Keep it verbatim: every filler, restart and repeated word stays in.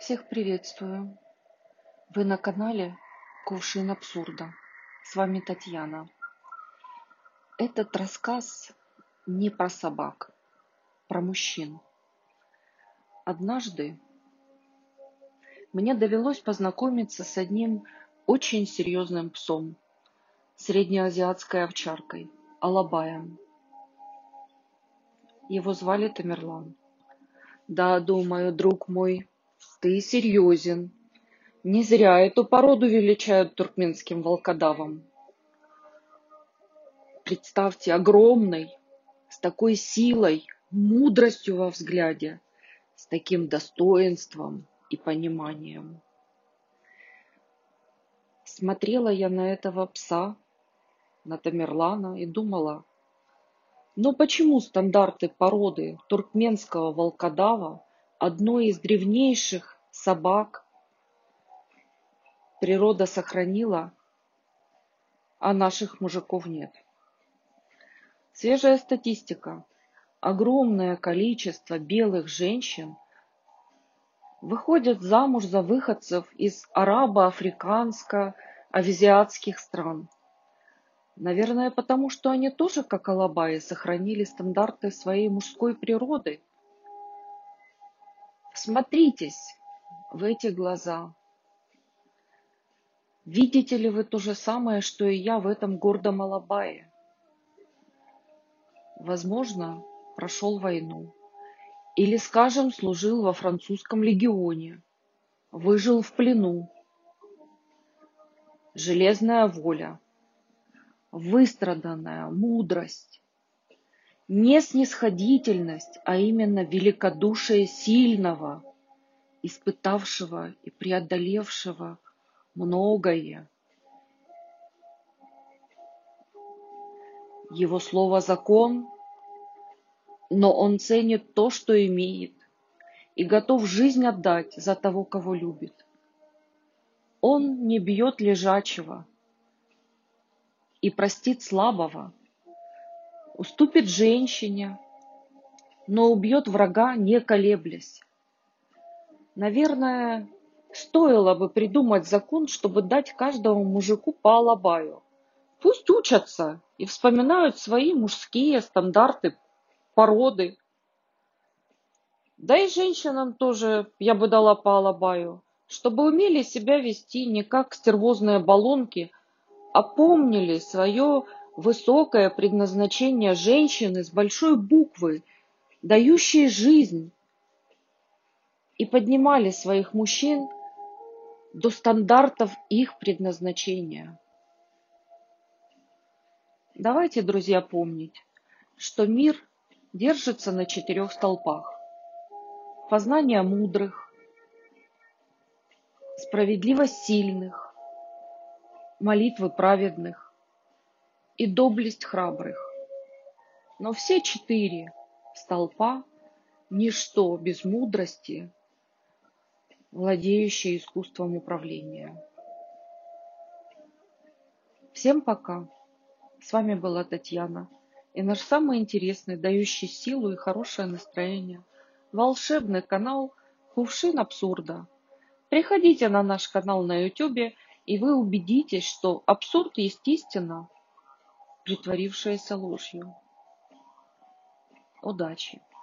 Всех приветствую. Вы на канале Кувшин абсурда. С вами Татьяна. Этот рассказ не про собак, про мужчин. Однажды мне довелось познакомиться с одним очень серьезным псом, среднеазиатской овчаркой, алабаем. Его звали Тамерлан. Да, думаю, друг мой, ты серьезен. Не зря эту породу величают туркменским волкодавом. Представьте, огромный, с такой силой, мудростью во взгляде, с таким достоинством и пониманием. Смотрела я на этого пса, на Тамерлана, и думала, но почему стандарты породы туркменского волкодава, одной из древнейших собак, природа сохранила, а наших мужиков нет? Свежая статистика. Огромное количество белых женщин выходят замуж за выходцев из арабо-африканско-азиатских стран. Наверное, потому что они тоже, как алабаи, сохранили стандарты своей мужской природы. Всмотритесь в эти глаза. Видите ли вы то же самое, что и я в этом гордом алабае? Возможно, прошел войну. Или, скажем, служил во французском легионе, выжил в плену. Железная воля, выстраданная мудрость, не снисходительность, а именно великодушие сильного, испытавшего и преодолевшего многое. Его слово закон, но он ценит то, что имеет, и готов жизнь отдать за того, кого любит. Он не бьет лежачего и простит слабого, уступит женщине, но убьет врага, не колеблясь. Наверное, стоило бы придумать закон, чтобы дать каждому мужику по алабаю. Пусть учатся и вспоминают свои мужские стандарты породы. Да и женщинам тоже я бы дала по алабаю, чтобы умели себя вести не как стервозные баллонки, а помнили свое высокое предназначение женщины с большой буквы, дающей жизнь, и поднимали своих мужчин до стандартов их предназначения. Давайте, друзья, помнить, что мир держится на четырех столпах. Познание мудрых, справедливость сильных, молитвы праведных и доблесть храбрых. Но все четыре столпа – ничто без мудрости, владеющей искусством управления. Всем пока! С вами была Татьяна и наш самый интересный, дающий силу и хорошее настроение, волшебный канал Кувшин абсурда. Приходите на наш канал на ютубе, и вы убедитесь, что абсурд естественно, притворившийся ложью. Удачи!